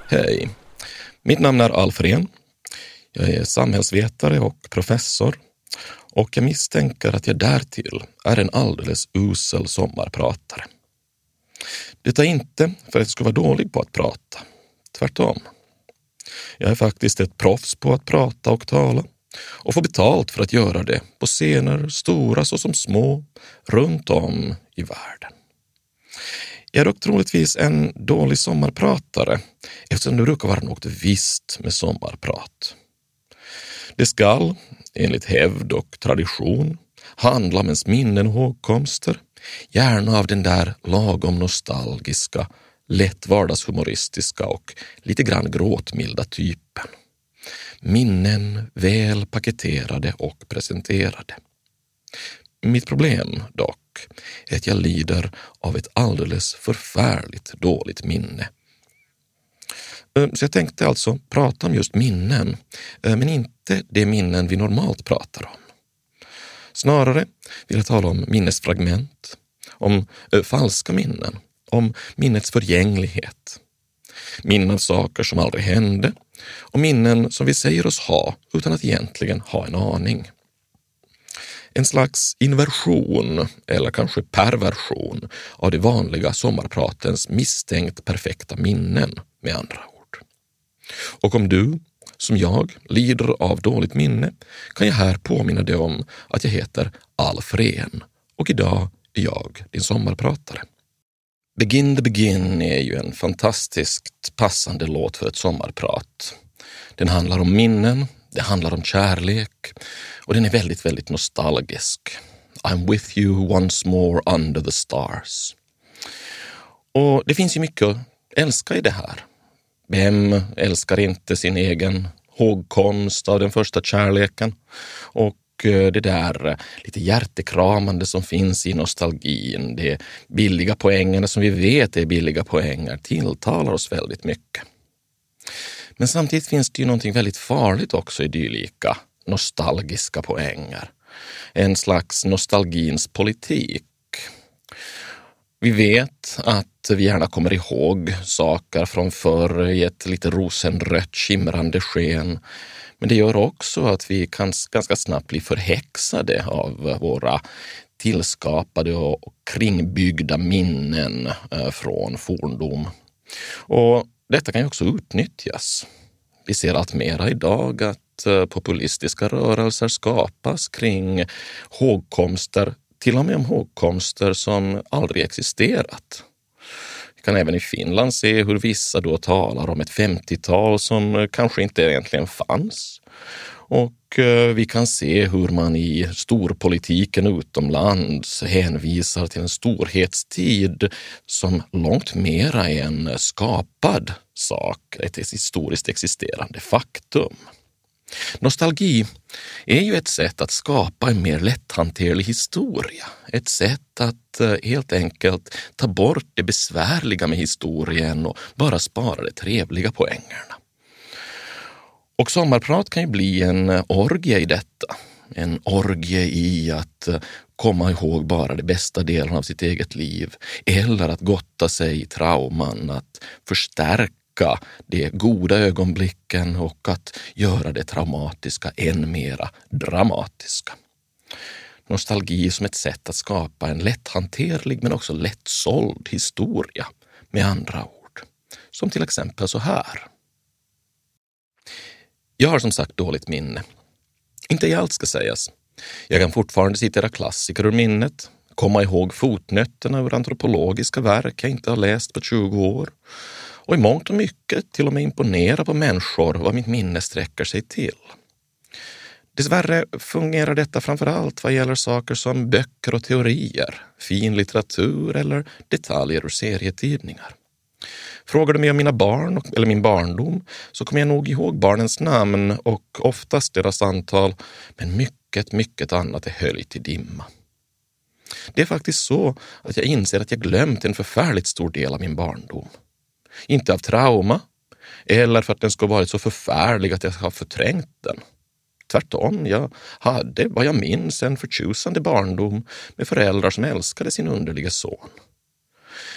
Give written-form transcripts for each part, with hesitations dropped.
Hej, mitt namn är Alf Rehn. Jag är samhällsvetare och professor och jag misstänker att jag därtill är en alldeles usel sommarpratare. Det är inte för att jag ska vara dålig på att prata, tvärtom. Jag är faktiskt ett proffs på att prata och tala och får betalt för att göra det på scener, stora såsom små, runt om i världen. Jag är dock troligtvis en dålig sommarpratare eftersom det brukar vara något visst med sommarprat. Det skall, enligt hävd och tradition, handla om ens minnen och hågkomster, gärna av den där lagom nostalgiska, lätt vardagshumoristiska och lite grann gråtmilda typen. Minnen väl paketerade och presenterade. Mitt problem dock är att jag lider av ett alldeles förfärligt dåligt minne. Så jag tänkte alltså prata om just minnen, men inte de minnen vi normalt pratar om. Snarare vill jag tala om minnesfragment, om falska minnen, om minnets förgänglighet. Minnen av saker som aldrig hände och minnen som vi säger oss ha utan att egentligen ha en aning. En slags inversion eller kanske perversion av det vanliga sommarpratens misstänkt perfekta minnen med andra ord. Och om du, som jag, lider av dåligt minne kan jag här påminna dig om att jag heter Alf Rehn och idag är jag din sommarpratare. Begin the Begin är ju en fantastiskt passande låt för ett sommarprat. Den handlar om minnen, det handlar om kärlek och den är väldigt, väldigt nostalgisk. I'm with you once more under the stars. Och det finns ju mycket att älska i det här. Vem älskar inte sin egen hågkomst av den första kärleken? Och det där lite hjärtekramande som finns i nostalgin, det billiga poängerna som vi vet är billiga poänger, tilltalar oss väldigt mycket. Men samtidigt finns det ju någonting väldigt farligt också i dylika nostalgiska poänger. En slags nostalgins politik. Vi vet att vi gärna kommer ihåg saker från förr i ett lite rosenrött skimrande sken. Men det gör också att vi kan ganska snabbt bli förhäxade av våra tillskapade och kringbyggda minnen från forndom. Och detta kan ju också utnyttjas. Vi ser allt mera idag att populistiska rörelser skapas kring hågkomster, till och med om hågkomster som aldrig existerat. Vi kan även i Finland se hur vissa då talar om ett 50-tal som kanske inte egentligen fanns. Och vi kan se hur man i storpolitiken utomlands hänvisar till en storhetstid som långt mera är en skapad sak, ett historiskt existerande faktum. Nostalgi är ju ett sätt att skapa en mer lätthanterlig historia. Ett sätt att helt enkelt ta bort det besvärliga med historien och bara spara de trevliga poängerna. Och sommarprat kan ju bli en orgie i detta. En orgie i att komma ihåg bara de bästa delarna av sitt eget liv. Eller att gotta sig i trauman, att förstärka de goda ögonblicken och att göra det traumatiska än mera dramatiska. Nostalgi som ett sätt att skapa en lätthanterlig men också lättsåld historia med andra ord. Som till exempel så här. Jag har som sagt dåligt minne. Inte i allt ska sägas. Jag kan fortfarande citera klassiker ur minnet, komma ihåg fotnötterna ur antropologiska verk jag inte har läst på 20 år och i mångt och mycket till och med imponera på människor vad mitt minne sträcker sig till. Dessvärre fungerar detta framförallt vad gäller saker som böcker och teorier, fin litteratur eller detaljer ur serietidningar. Frågar du mig om mina barn eller min barndom så kommer jag nog ihåg barnens namn och oftast deras antal, men mycket annat är höljt i dimma. Det är faktiskt så att jag inser att jag glömt en förfärligt stor del av min barndom. Inte av trauma eller för att den ska varit så förfärlig att jag har förträngt den. Tvärtom, jag hade vad jag minns en förtjusande barndom med föräldrar som älskade sin underliga son.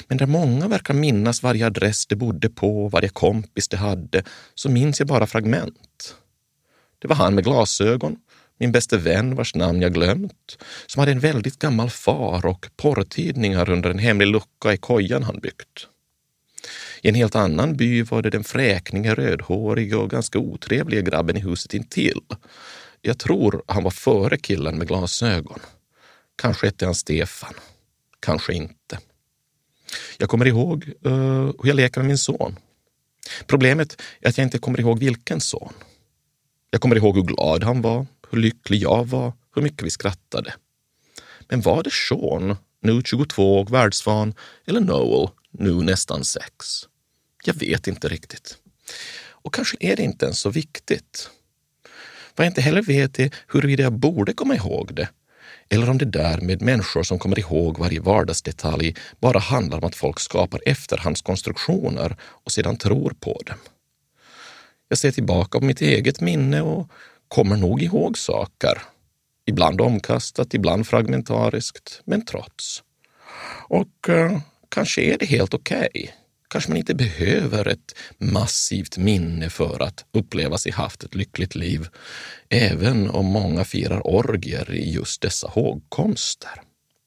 Men där många verkar minnas varje adress de bodde på, varje kompis de hade, så minns jag bara fragment. Det var han med glasögon, min bästa vän vars namn jag glömt, som hade en väldigt gammal far och porrtidningar under en hemlig lucka i kojan han byggt. I en helt annan by var det den fräkniga, rödhåriga och ganska otrevliga grabben i huset intill. Jag tror han var före killen med glasögon. Kanske hette han Stefan. Kanske inte. Jag kommer ihåg hur jag leker med min son. Problemet är att jag inte kommer ihåg vilken son. Jag kommer ihåg hur glad han var, hur lycklig jag var, hur mycket vi skrattade. Men var det Sean, nu 22 och världsvan, eller Noel, nu nästan 6? Jag vet inte riktigt. Och kanske är det inte ens så viktigt. Vad jag inte heller vet är huruvida jag borde komma ihåg det. Eller om det där med människor som kommer ihåg varje vardagsdetalj bara handlar om att folk skapar efterhandskonstruktioner och sedan tror på dem. Jag ser tillbaka på mitt eget minne och kommer nog ihåg saker. Ibland omkastat, ibland fragmentariskt, men trots. Och kanske är det helt okej. Kanske man inte behöver ett massivt minne för att uppleva sig haft ett lyckligt liv, även om många firar orgier i just dessa hågkomster.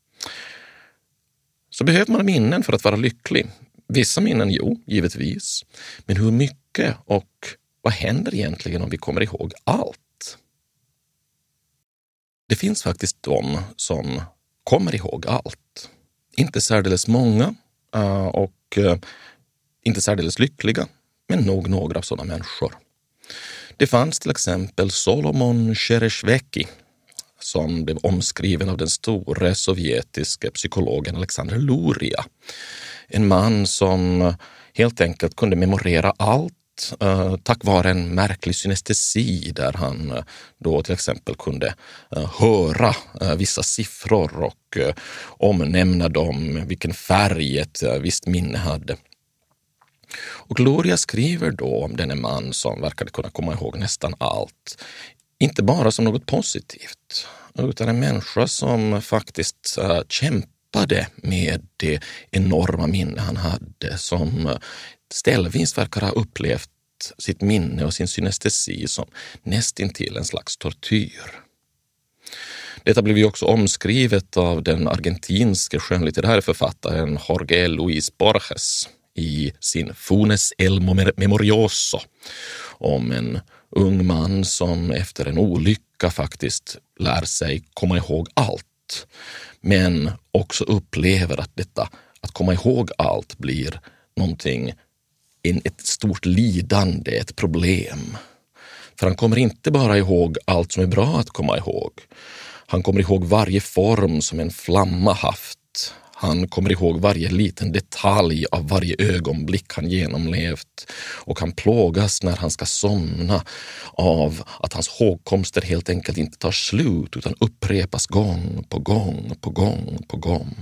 Så behöver man minnen för att vara lycklig. Vissa minnen, jo, givetvis. Men hur mycket och vad händer egentligen om vi kommer ihåg allt? Det finns faktiskt de som kommer ihåg allt. Inte särdeles många och inte särdeles lyckliga, men nog några sådana människor. Det fanns till exempel Solomon Chereshveki, som blev omskriven av den store sovjetiske psykologen Alexander Luria. En man som helt enkelt kunde memorera allt tack vare en märklig synestesi där han då till exempel kunde höra vissa siffror och omnämna dem, vilken färg ett visst minne hade. Och Luria skriver då om denne man som verkade kunna komma ihåg nästan allt. Inte bara som något positivt, utan en människa som faktiskt kämpade med det enorma minne han hade, som ställvis verkar ha upplevt sitt minne och sin synestesi som nästintill en slags tortyr. Detta blev ju också omskrivet av den argentinske skönlitterära författaren Jorge Luis Borges i sin Funes el Memorioso, om en ung man som efter en olycka faktiskt lär sig komma ihåg allt, men också upplever att detta att komma ihåg allt blir någonting, ett stort lidande, ett problem. För han kommer inte bara ihåg allt som är bra att komma ihåg. Han kommer ihåg varje form som en flamma haft. Han kommer ihåg varje liten detalj av varje ögonblick han genomlevt och han plågas när han ska somna av att hans hågkomster helt enkelt inte tar slut utan upprepas gång på gång på gång på gång.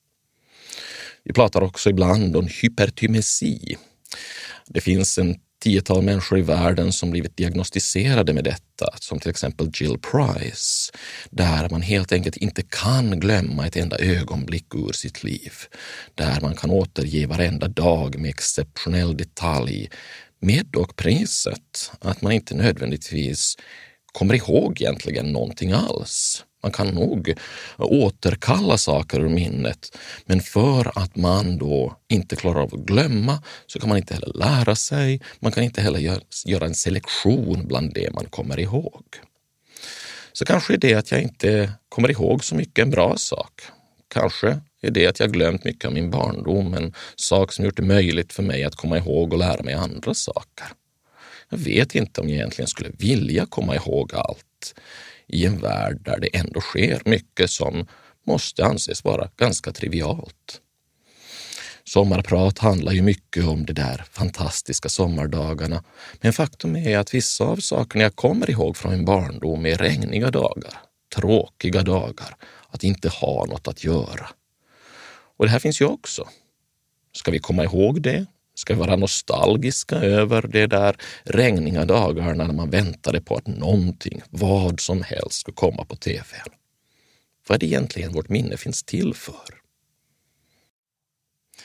Vi pratar också ibland om hypertymesi. Det finns en 10-tal människor i världen som blivit diagnostiserade med detta, som till exempel Jill Price, där man helt enkelt inte kan glömma ett enda ögonblick ur sitt liv, där man kan återge varenda dag med exceptionell detalj, med dock priset att man inte nödvändigtvis kommer ihåg egentligen någonting alls. Man kan nog återkalla saker ur minnet, men för att man då inte klarar av att glömma så kan man inte heller lära sig, man kan inte heller göra en selektion bland det man kommer ihåg. Så kanske är det att jag inte kommer ihåg så mycket en bra sak. Kanske är det att jag glömt mycket av min barndom, en sak som gjort det möjligt för mig att komma ihåg och lära mig andra saker. Jag vet inte om jag egentligen skulle vilja komma ihåg allt i en värld där det ändå sker mycket som måste anses vara ganska trivialt. Sommarprat handlar ju mycket om de där fantastiska sommardagarna, men faktum är att vissa av sakerna jag kommer ihåg från min barndom är regniga dagar, tråkiga dagar, att inte ha något att göra. Och det här finns ju också. Ska vi komma ihåg det? Ska vi vara nostalgiska över det där regniga dagarna när man väntade på att någonting, vad som helst, skulle komma på tv? Vad är det egentligen vårt minne finns till för?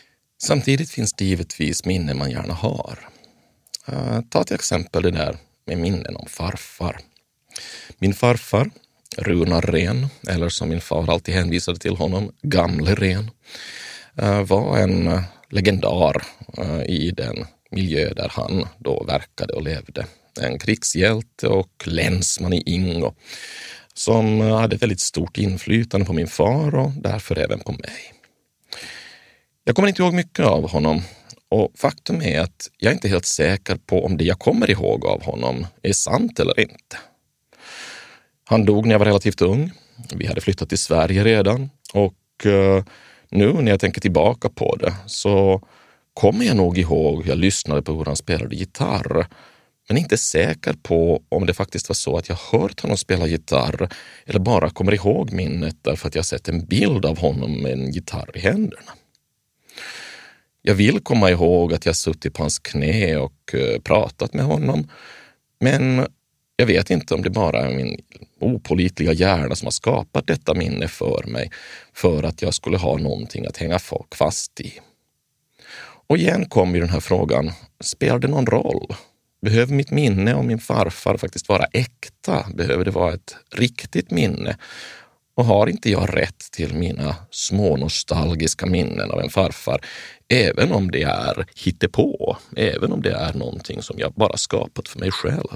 Samtidigt finns det givetvis minnen man gärna har. Ta till exempel det där med minnen om farfar. Min farfar, Runar Ren, eller som min far alltid hänvisade till honom, Gamle Ren, var en legendar i den miljö där han då verkade och levde. En krigshjälte och länsman i Ingo som hade väldigt stort inflytande på min far och därför även på mig. Jag kommer inte ihåg mycket av honom och faktum är att jag är inte helt säker på om det jag kommer ihåg av honom är sant eller inte. Han dog när jag var relativt ung. Vi hade flyttat till Sverige redan och nu när jag tänker tillbaka på det så kommer jag nog ihåg, jag lyssnade på hur han spelade gitarr, men inte säker på om det faktiskt var så att jag hört honom spela gitarr eller bara kommer ihåg minnet därför att jag sett en bild av honom med en gitarr i händerna. Jag vill komma ihåg att jag suttit på hans knä och pratat med honom, men jag vet inte om det bara är min opålitliga hjärna som har skapat detta minne för mig för att jag skulle ha någonting att hänga folk fast i. Och igen kommer ju den här frågan, spelar det någon roll? Behöver mitt minne om min farfar faktiskt vara äkta? Behöver det vara ett riktigt minne? Och har inte jag rätt till mina små nostalgiska minnen av en farfar, även om det är hittepå, även om det är någonting som jag bara skapat för mig själv?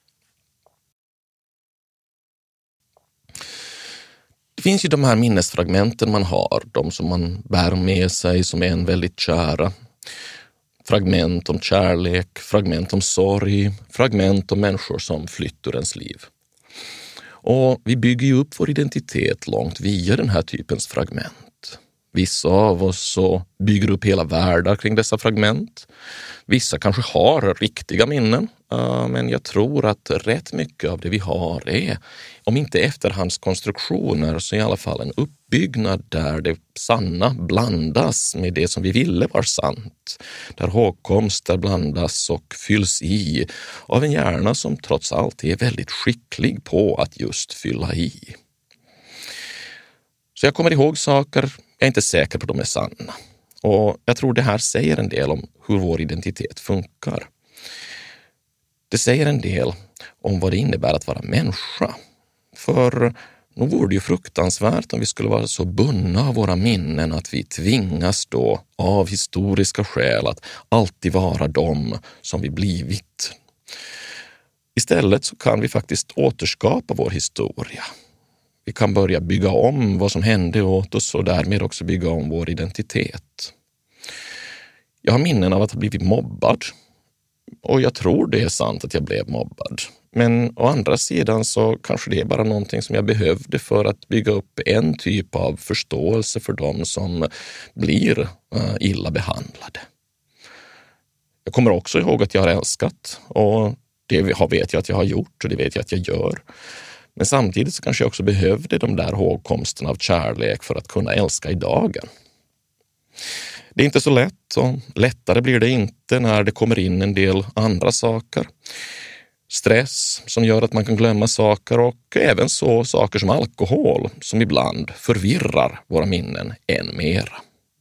Det finns ju de här minnesfragmenten man har, de som man bär med sig som är en väldigt kära. Fragment om kärlek, fragment om sorg, fragment om människor som flytt ur ens liv. Och vi bygger ju upp vår identitet långt via den här typens fragment. Vissa av oss så bygger upp hela världar kring dessa fragment. Vissa kanske har riktiga minnen, men jag tror att rätt mycket av det vi har är, om inte efterhandskonstruktioner, så i alla fall en uppbyggnad där det sanna blandas med det som vi ville var sant. Där hågkomster blandas och fylls i av en hjärna som trots allt är väldigt skicklig på att just fylla i. Så jag kommer ihåg saker, jag är inte säker på att de är sanna. Och jag tror det här säger en del om hur vår identitet funkar. Det säger en del om vad det innebär att vara människa. För nog vore det ju fruktansvärt om vi skulle vara så bundna av våra minnen att vi tvingas då av historiska skäl att alltid vara de som vi blivit. Istället så kan vi faktiskt återskapa vår historia. Vi kan börja bygga om vad som hände åt oss och därmed också bygga om vår identitet. Jag har minnen av att ha blivit mobbad. Och jag tror det är sant att jag blev mobbad. Men å andra sidan så kanske det är bara någonting som jag behövde för att bygga upp en typ av förståelse för dem som blir illa behandlade. Jag kommer också ihåg att jag har älskat och det vet jag att jag har gjort och det vet jag att jag gör. Men samtidigt så kanske jag också behövde de där hågkomsterna av kärlek för att kunna älska i dagen. Det är inte så lätt och lättare blir det inte när det kommer in en del andra saker. Stress som gör att man kan glömma saker och även så saker som alkohol som ibland förvirrar våra minnen än mera.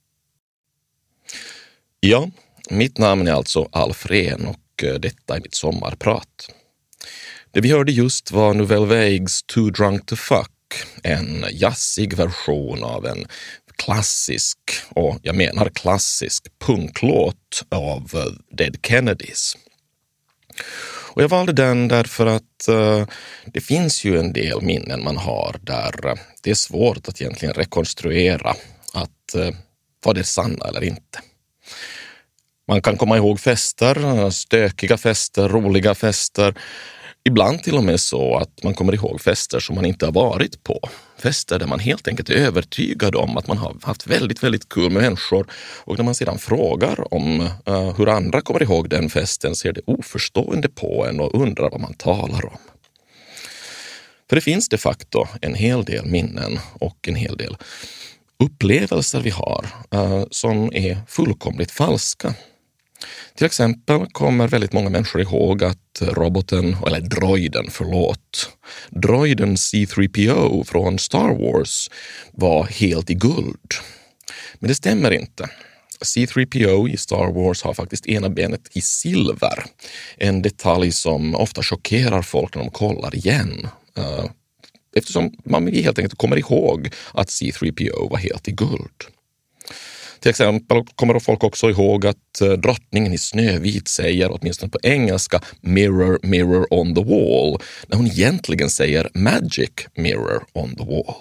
Ja, mitt namn är alltså Alf Rehn och detta är mitt sommarprat. Det vi hörde just var Nouvelle Vagues Too Drunk to Fuck, en jazzig version av en klassisk, och jag menar klassisk, punklåt av Dead Kennedys. Och jag valde den därför att det finns ju en del minnen man har där det är svårt att egentligen rekonstruera att var det sanna eller inte. Man kan komma ihåg fester, stökiga fester, roliga fester. Ibland till och med så att man kommer ihåg fester som man inte har varit på. Fester där man helt enkelt är övertygad om att man har haft väldigt, väldigt kul med människor. Och när man sedan frågar om hur andra kommer ihåg den festen så är det oförstående på en och undrar vad man talar om. För det finns de facto en hel del minnen och en hel del upplevelser vi har som är fullkomligt falska. Till exempel kommer väldigt många människor ihåg att droiden C-3PO från Star Wars var helt i guld. Men det stämmer inte. C3PO i Star Wars har faktiskt ena benet i silver. En detalj som ofta chockerar folk när de kollar igen. Eftersom man helt enkelt kommer ihåg att C3PO var helt i guld. Till exempel kommer folk också ihåg att drottningen i Snövit säger, åtminstone på engelska, mirror, mirror on the wall, när hon egentligen säger magic mirror on the wall.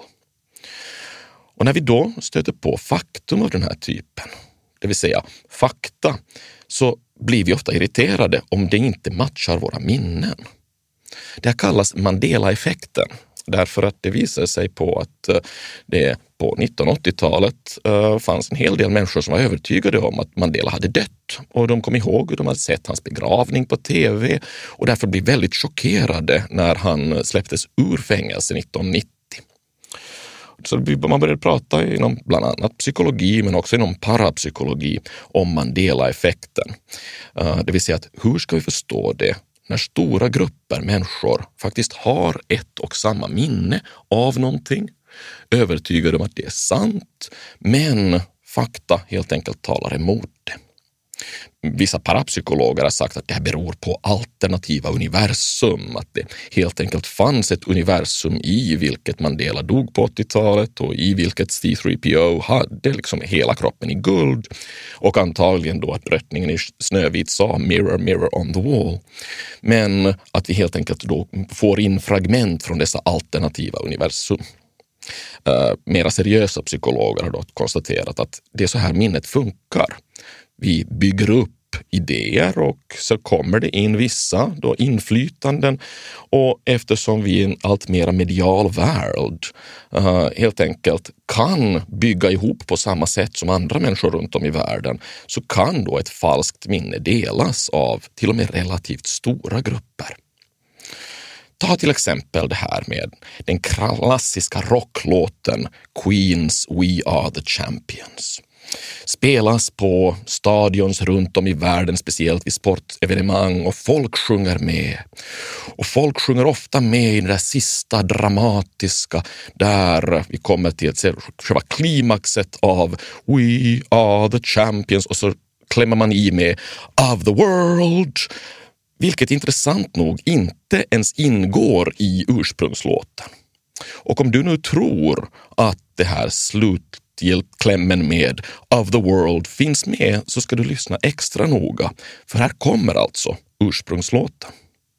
Och när vi då stöter på faktum av den här typen, det vill säga fakta, så blir vi ofta irriterade om det inte matchar våra minnen. Det här kallas Mandela-effekten, därför att det visar sig på att det på 1980-talet fanns en hel del människor som var övertygade om att Mandela hade dött. Och de kom ihåg hur de hade sett hans begravning på tv och därför blev väldigt chockerade när han släpptes ur fängelse 1990. Så man började prata inom bland annat psykologi men också inom parapsykologi om Mandela-effekten. Det vill säga att hur ska vi förstå det när stora grupper människor faktiskt har ett och samma minne av någonting, övertygade om att det är sant, men fakta helt enkelt talar emot det. Vissa parapsykologer har sagt att det här beror på alternativa universum, att det helt enkelt fanns ett universum i vilket Mandela dog på 80-talet och i vilket C3PO hade liksom hela kroppen i guld och antagligen då att drottningen i Snövit sa mirror, mirror on the wall. Men att vi helt enkelt då får in fragment från dessa alternativa universum. Mera seriösa psykologer har då konstaterat att det är så här minnet funkar. Vi bygger upp idéer och så kommer det in vissa då inflytanden och eftersom vi är en allt mer medial värld helt enkelt kan bygga ihop på samma sätt som andra människor runt om i världen så kan då ett falskt minne delas av till och med relativt stora grupper. Ta till exempel det här med den klassiska rocklåten Queens We Are The Champions. Spelas på stadions runt om i världen, speciellt vid sportevenemang och folk sjunger med. Och folk sjunger ofta med i det där sista dramatiska där vi kommer till själva klimaxet av We Are The Champions och så klämmer man i med Of The World, vilket intressant nog inte ens ingår i ursprungslåten. Och om du nu tror att det här slutklämmen med Of the World finns med så ska du lyssna extra noga. För här kommer alltså ursprungslåten.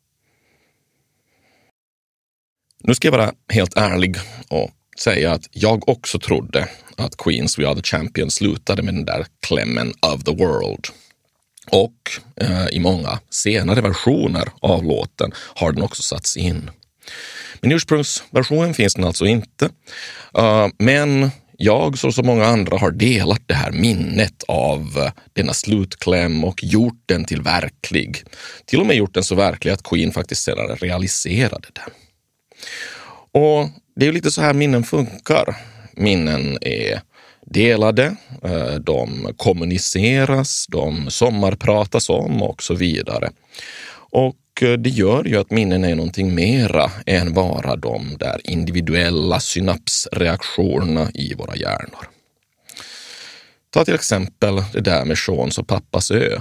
Nu ska jag vara helt ärlig och säga att jag också trodde att Queens We Are The Champions slutade med den där klämmen Of the World. Och i många senare versioner av låten har den också satts in. Men i ursprungsversionen finns den alltså inte. Men jag, så många andra, har delat det här minnet av denna slutkläm och gjort den till verklig. Till och med gjort den så verklig att Queen faktiskt senare realiserade den. Och det är ju lite så här minnen funkar. Minnen är delade, de kommuniceras, de sommarpratas om och så vidare. Och det gör ju att minnen är någonting mera än bara de där individuella synapsreaktionerna i våra hjärnor. Ta till exempel det där med Seans och pappas ö.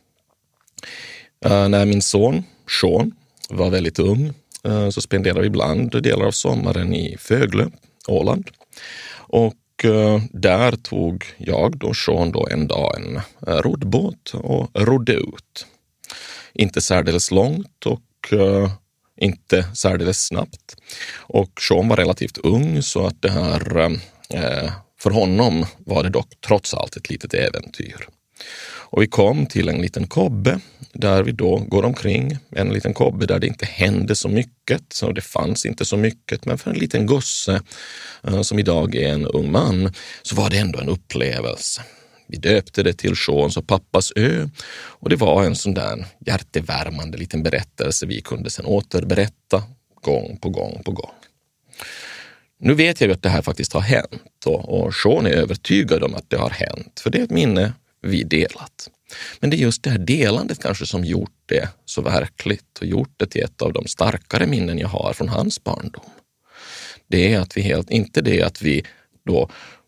När min son Sean var väldigt ung så spenderade vi ibland delar av sommaren i Föglö, Åland. Och där tog jag då Sean då en dag en roddbåt och rodde ut. Inte särdeles långt och inte särdeles snabbt. Och Sean var relativt ung så att det här för honom var det dock trots allt ett litet äventyr. Och vi kom till en liten kobbe där vi då går omkring. En liten kobbe där det inte hände så mycket. Så det fanns inte så mycket. Men för en liten gosse som idag är en ung man så var det ändå en upplevelse. Vi döpte det till Seans och pappas ö och det var en sån där hjärtevärmande liten berättelse vi kunde sedan återberätta gång på gång på gång. Nu vet jag ju att det här faktiskt har hänt och Sean är övertygad om att det har hänt för det är ett minne vi delat. Men det är just det här delandet kanske som gjort det så verkligt och gjort det till ett av de starkare minnen jag har från hans barndom. Det är att vi inte det att vi då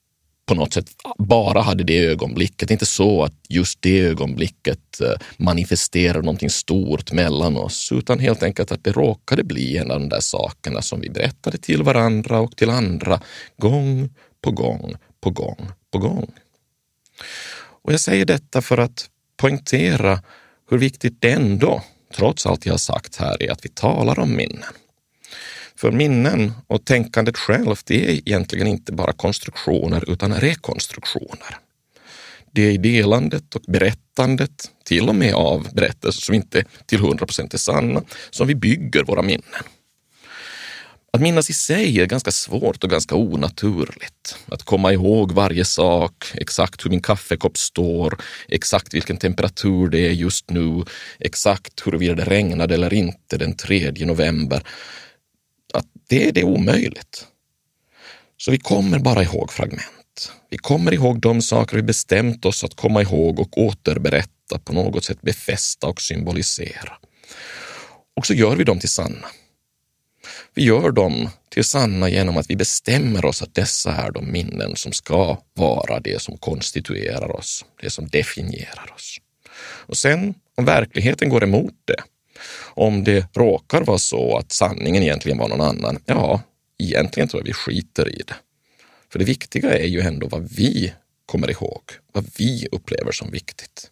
på något sätt bara hade det ögonblicket. Inte så att just det ögonblicket manifesterar någonting stort mellan oss, utan helt enkelt att det råkade bli en av de där sakerna som vi berättade till varandra och till andra gång på gång på gång på gång. Och jag säger detta för att poängtera hur viktigt det ändå, trots allt jag har sagt här, är att vi talar om minnen. För minnen och tänkandet självt, det är egentligen inte bara konstruktioner utan rekonstruktioner. Det är i delandet och berättandet, till och med av berättelser som inte till 100% är sanna, som vi bygger våra minnen. Att minnas i sig är ganska svårt och ganska onaturligt. Att komma ihåg varje sak, exakt hur min kaffekopp står, exakt vilken temperatur det är just nu, exakt huruvida det regnade eller inte den 3 november. Att det är omöjligt. Så vi kommer bara ihåg fragment. Vi kommer ihåg de saker vi bestämt oss att komma ihåg och återberätta, på något sätt befästa och symbolisera. Och så gör vi dem till sanna. Vi gör dem till sanna genom att vi bestämmer oss att dessa är de minnen som ska vara det som konstituerar oss, det som definierar oss. Och sen, om verkligheten går emot det, om det råkar vara så att sanningen egentligen var någon annan, ja, egentligen tror jag vi skiter i det. För det viktiga är ju ändå vad vi kommer ihåg, vad vi upplever som viktigt.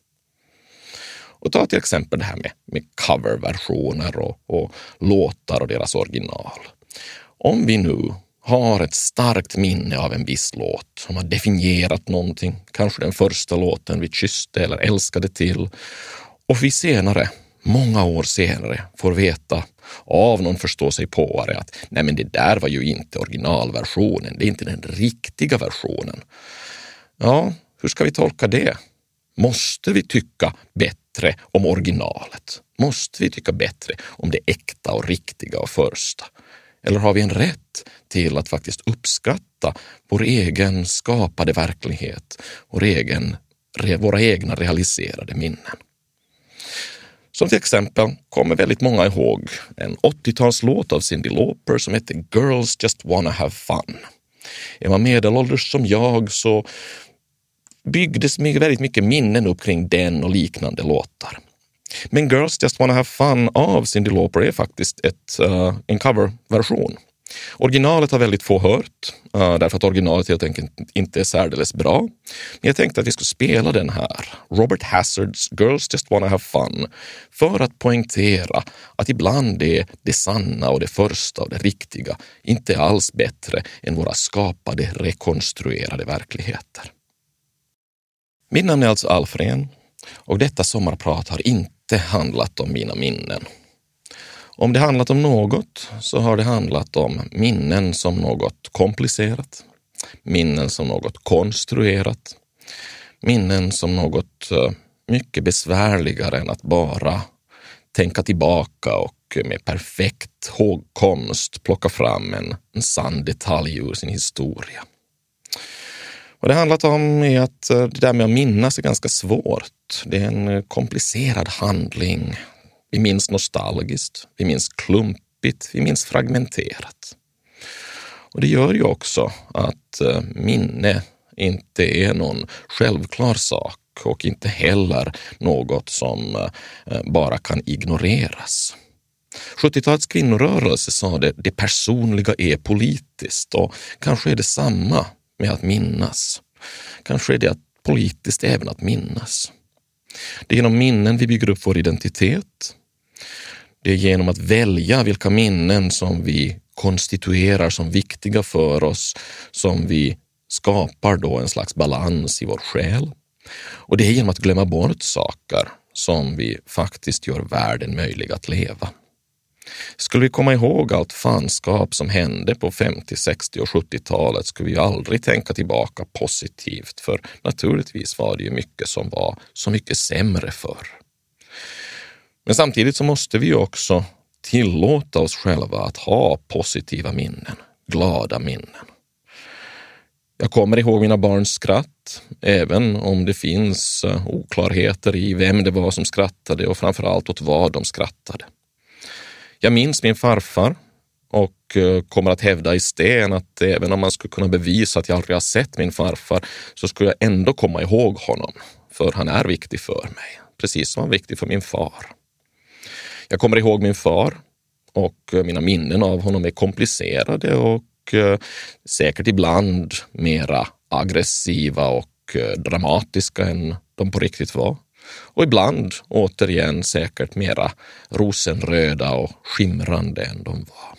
Och ta till exempel det här med coverversioner och låtar och deras original. Om vi nu har ett starkt minne av en viss låt som har definierat någonting, kanske den första låten vi kysste eller älskade till, och vi senare, många år senare, får veta av någon förståsigpåare att nej, men det där var ju inte originalversionen, det är inte den riktiga versionen. Ja, hur ska vi tolka det? Måste vi tycka bättre om originalet? Måste vi tycka bättre om det äkta och riktiga och första? Eller har vi en rätt till att faktiskt uppskatta vår egen skapade verklighet, våra egna realiserade minnen? Som till exempel kommer väldigt många ihåg en 80-talslåt av Cyndi Lauper som heter Girls Just Wanna Have Fun. Är man medelålders som jag så byggdes väldigt mycket minnen upp kring den och liknande låtar. Men Girls Just Wanna Have Fun av Cyndi Lauper är faktiskt en coverversion. Originalet har väldigt få hört, därför att originalet helt enkelt inte är särdeles bra. Men jag tänkte att vi skulle spela den här, Robert Hazards Girls Just Wanna Have Fun, för att poängtera att ibland är det sanna och det första och det riktiga inte alls bättre än våra skapade, rekonstruerade verkligheter. Mitt namn är alltså Alfred och detta sommarprat har inte handlat om mina minnen. Om det handlat om något så har det handlat om minnen som något komplicerat, minnen som något konstruerat, minnen som något mycket besvärligare än att bara tänka tillbaka och med perfekt hågkomst plocka fram en sann detalj ur sin historia. Vad det handlat om är att det där med att minnas är ganska svårt. Det är en komplicerad handling. Vi minns nostalgiskt, vi minns klumpigt, vi minns fragmenterat. Och det gör ju också att minne inte är någon självklar sak och inte heller något som bara kan ignoreras. 70-talets kvinnorörelse sa det personliga är politiskt, och kanske är det samma med att minnas. Kanske är det politiskt även att minnas. Det är genom minnen vi bygger upp vår identitet. Det är genom att välja vilka minnen som vi konstituerar som viktiga för oss som vi skapar då en slags balans i vår själ. Och det är genom att glömma bort saker som vi faktiskt gör världen möjlig att leva. Skulle vi komma ihåg allt fanskap som hände på 50-, 60- och 70-talet skulle vi aldrig tänka tillbaka positivt, för naturligtvis var det ju mycket som var så mycket sämre förr. Men samtidigt så måste vi också tillåta oss själva att ha positiva minnen, glada minnen. Jag kommer ihåg mina barns skratt, även om det finns oklarheter i vem det var som skrattade och framförallt åt vad de skrattade. Jag minns min farfar och kommer att hävda i sten att även om man skulle kunna bevisa att jag aldrig har sett min farfar så skulle jag ändå komma ihåg honom, för han är viktig för mig, precis som han är viktig för min far. Jag kommer ihåg min far och mina minnen av honom är komplicerade och säkert ibland mera aggressiva och dramatiska än de på riktigt var. Och ibland återigen säkert mera rosenröda och skimrande än de var.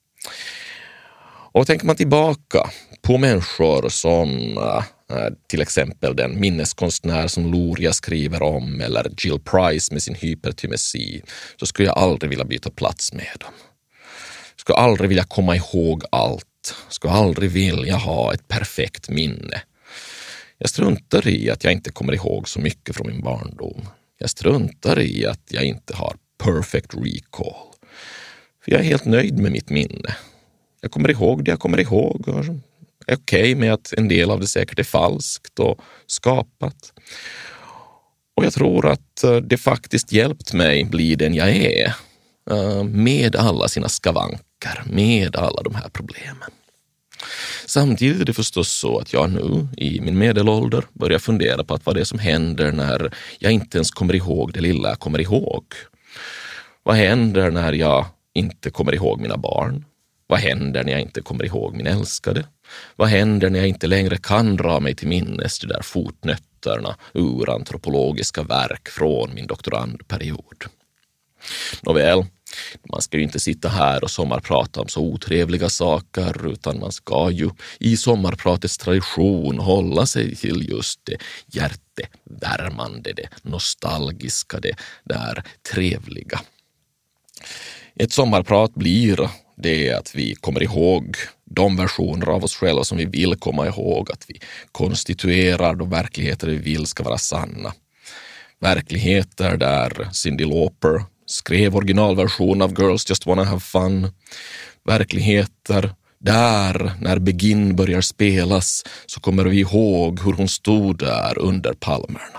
Och tänker man tillbaka på människor som till exempel den minneskonstnär som Luria skriver om eller Jill Price med sin hypertymesi, så skulle jag aldrig vilja byta plats med dem. Skulle aldrig vilja komma ihåg allt. Skulle aldrig vilja ha ett perfekt minne. Jag struntar i att jag inte kommer ihåg så mycket från min barndom. Jag struntar i att jag inte har perfect recall. För jag är helt nöjd med mitt minne. Jag kommer ihåg det jag kommer ihåg och är okej med att en del av det säkert är falskt och skapat. Och jag tror att det faktiskt hjälpt mig bli den jag är. Med alla sina skavanker, med alla de här problemen. Samtidigt är det förstås så att jag nu i min medelålder börjar fundera på vad det är som händer när jag inte ens kommer ihåg det lilla jag kommer ihåg. Vad händer när jag inte kommer ihåg mina barn? Vad händer när jag inte kommer ihåg min älskade? Vad händer när jag inte längre kan dra mig till minnes de där fotnötterna ur antropologiska verk från min doktorandperiod? Nåväl, man ska ju inte sitta här och sommarprata om så otrevliga saker, utan man ska ju i sommarpratets tradition hålla sig till just det hjärtevärmande, det nostalgiska, det där trevliga. Ett sommarprat blir det att vi kommer ihåg de versioner av oss själva som vi vill komma ihåg, att vi konstituerar de verkligheter vi vill ska vara sanna. Verkligheter där Cyndi Lauper skrev originalversion av Girls Just Wanna Have Fun. Verkligheter där när Begin börjar spelas så kommer vi ihåg hur hon stod där under palmerna.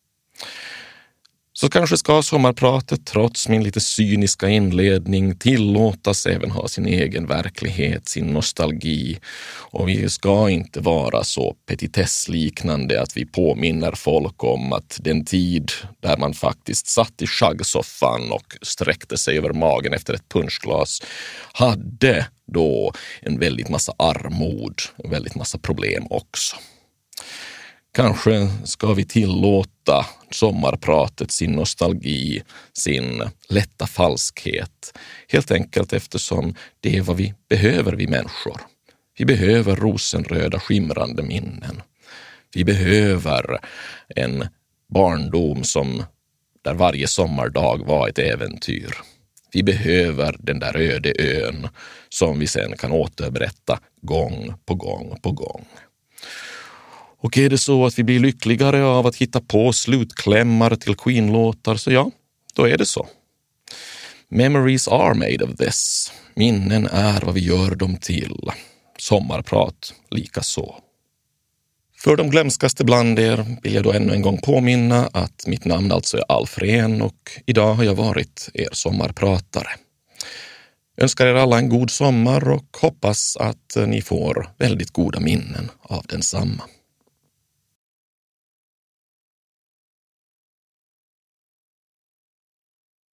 Så kanske ska sommarpratet trots min lite cyniska inledning tillåtas även ha sin egen verklighet, sin nostalgi, och vi ska inte vara så petitessliknande att vi påminner folk om att den tid där man faktiskt satt i schaggsoffan och sträckte sig över magen efter ett punschglas hade då en väldigt massa armod, en väldigt massa problem också. Kanske ska vi tillåta sommarpratet sin nostalgi, sin lätta falskhet. Helt enkelt eftersom det är vad vi behöver, vi människor. Vi behöver rosenröda skimrande minnen. Vi behöver en barndom där varje sommardag var ett äventyr. Vi behöver den där öde ön som vi sen kan återberätta gång på gång på gång. Och är det så att vi blir lyckligare av att hitta på slutklämmar till Queen-låtar, så ja, då är det så. Memories are made of this. Minnen är vad vi gör dem till. Sommarprat lika så. För de glömskaste bland er vill jag då ännu en gång påminna att mitt namn alltså är Alfrén och idag har jag varit er sommarpratare. Önskar er alla en god sommar och hoppas att ni får väldigt goda minnen av densamma.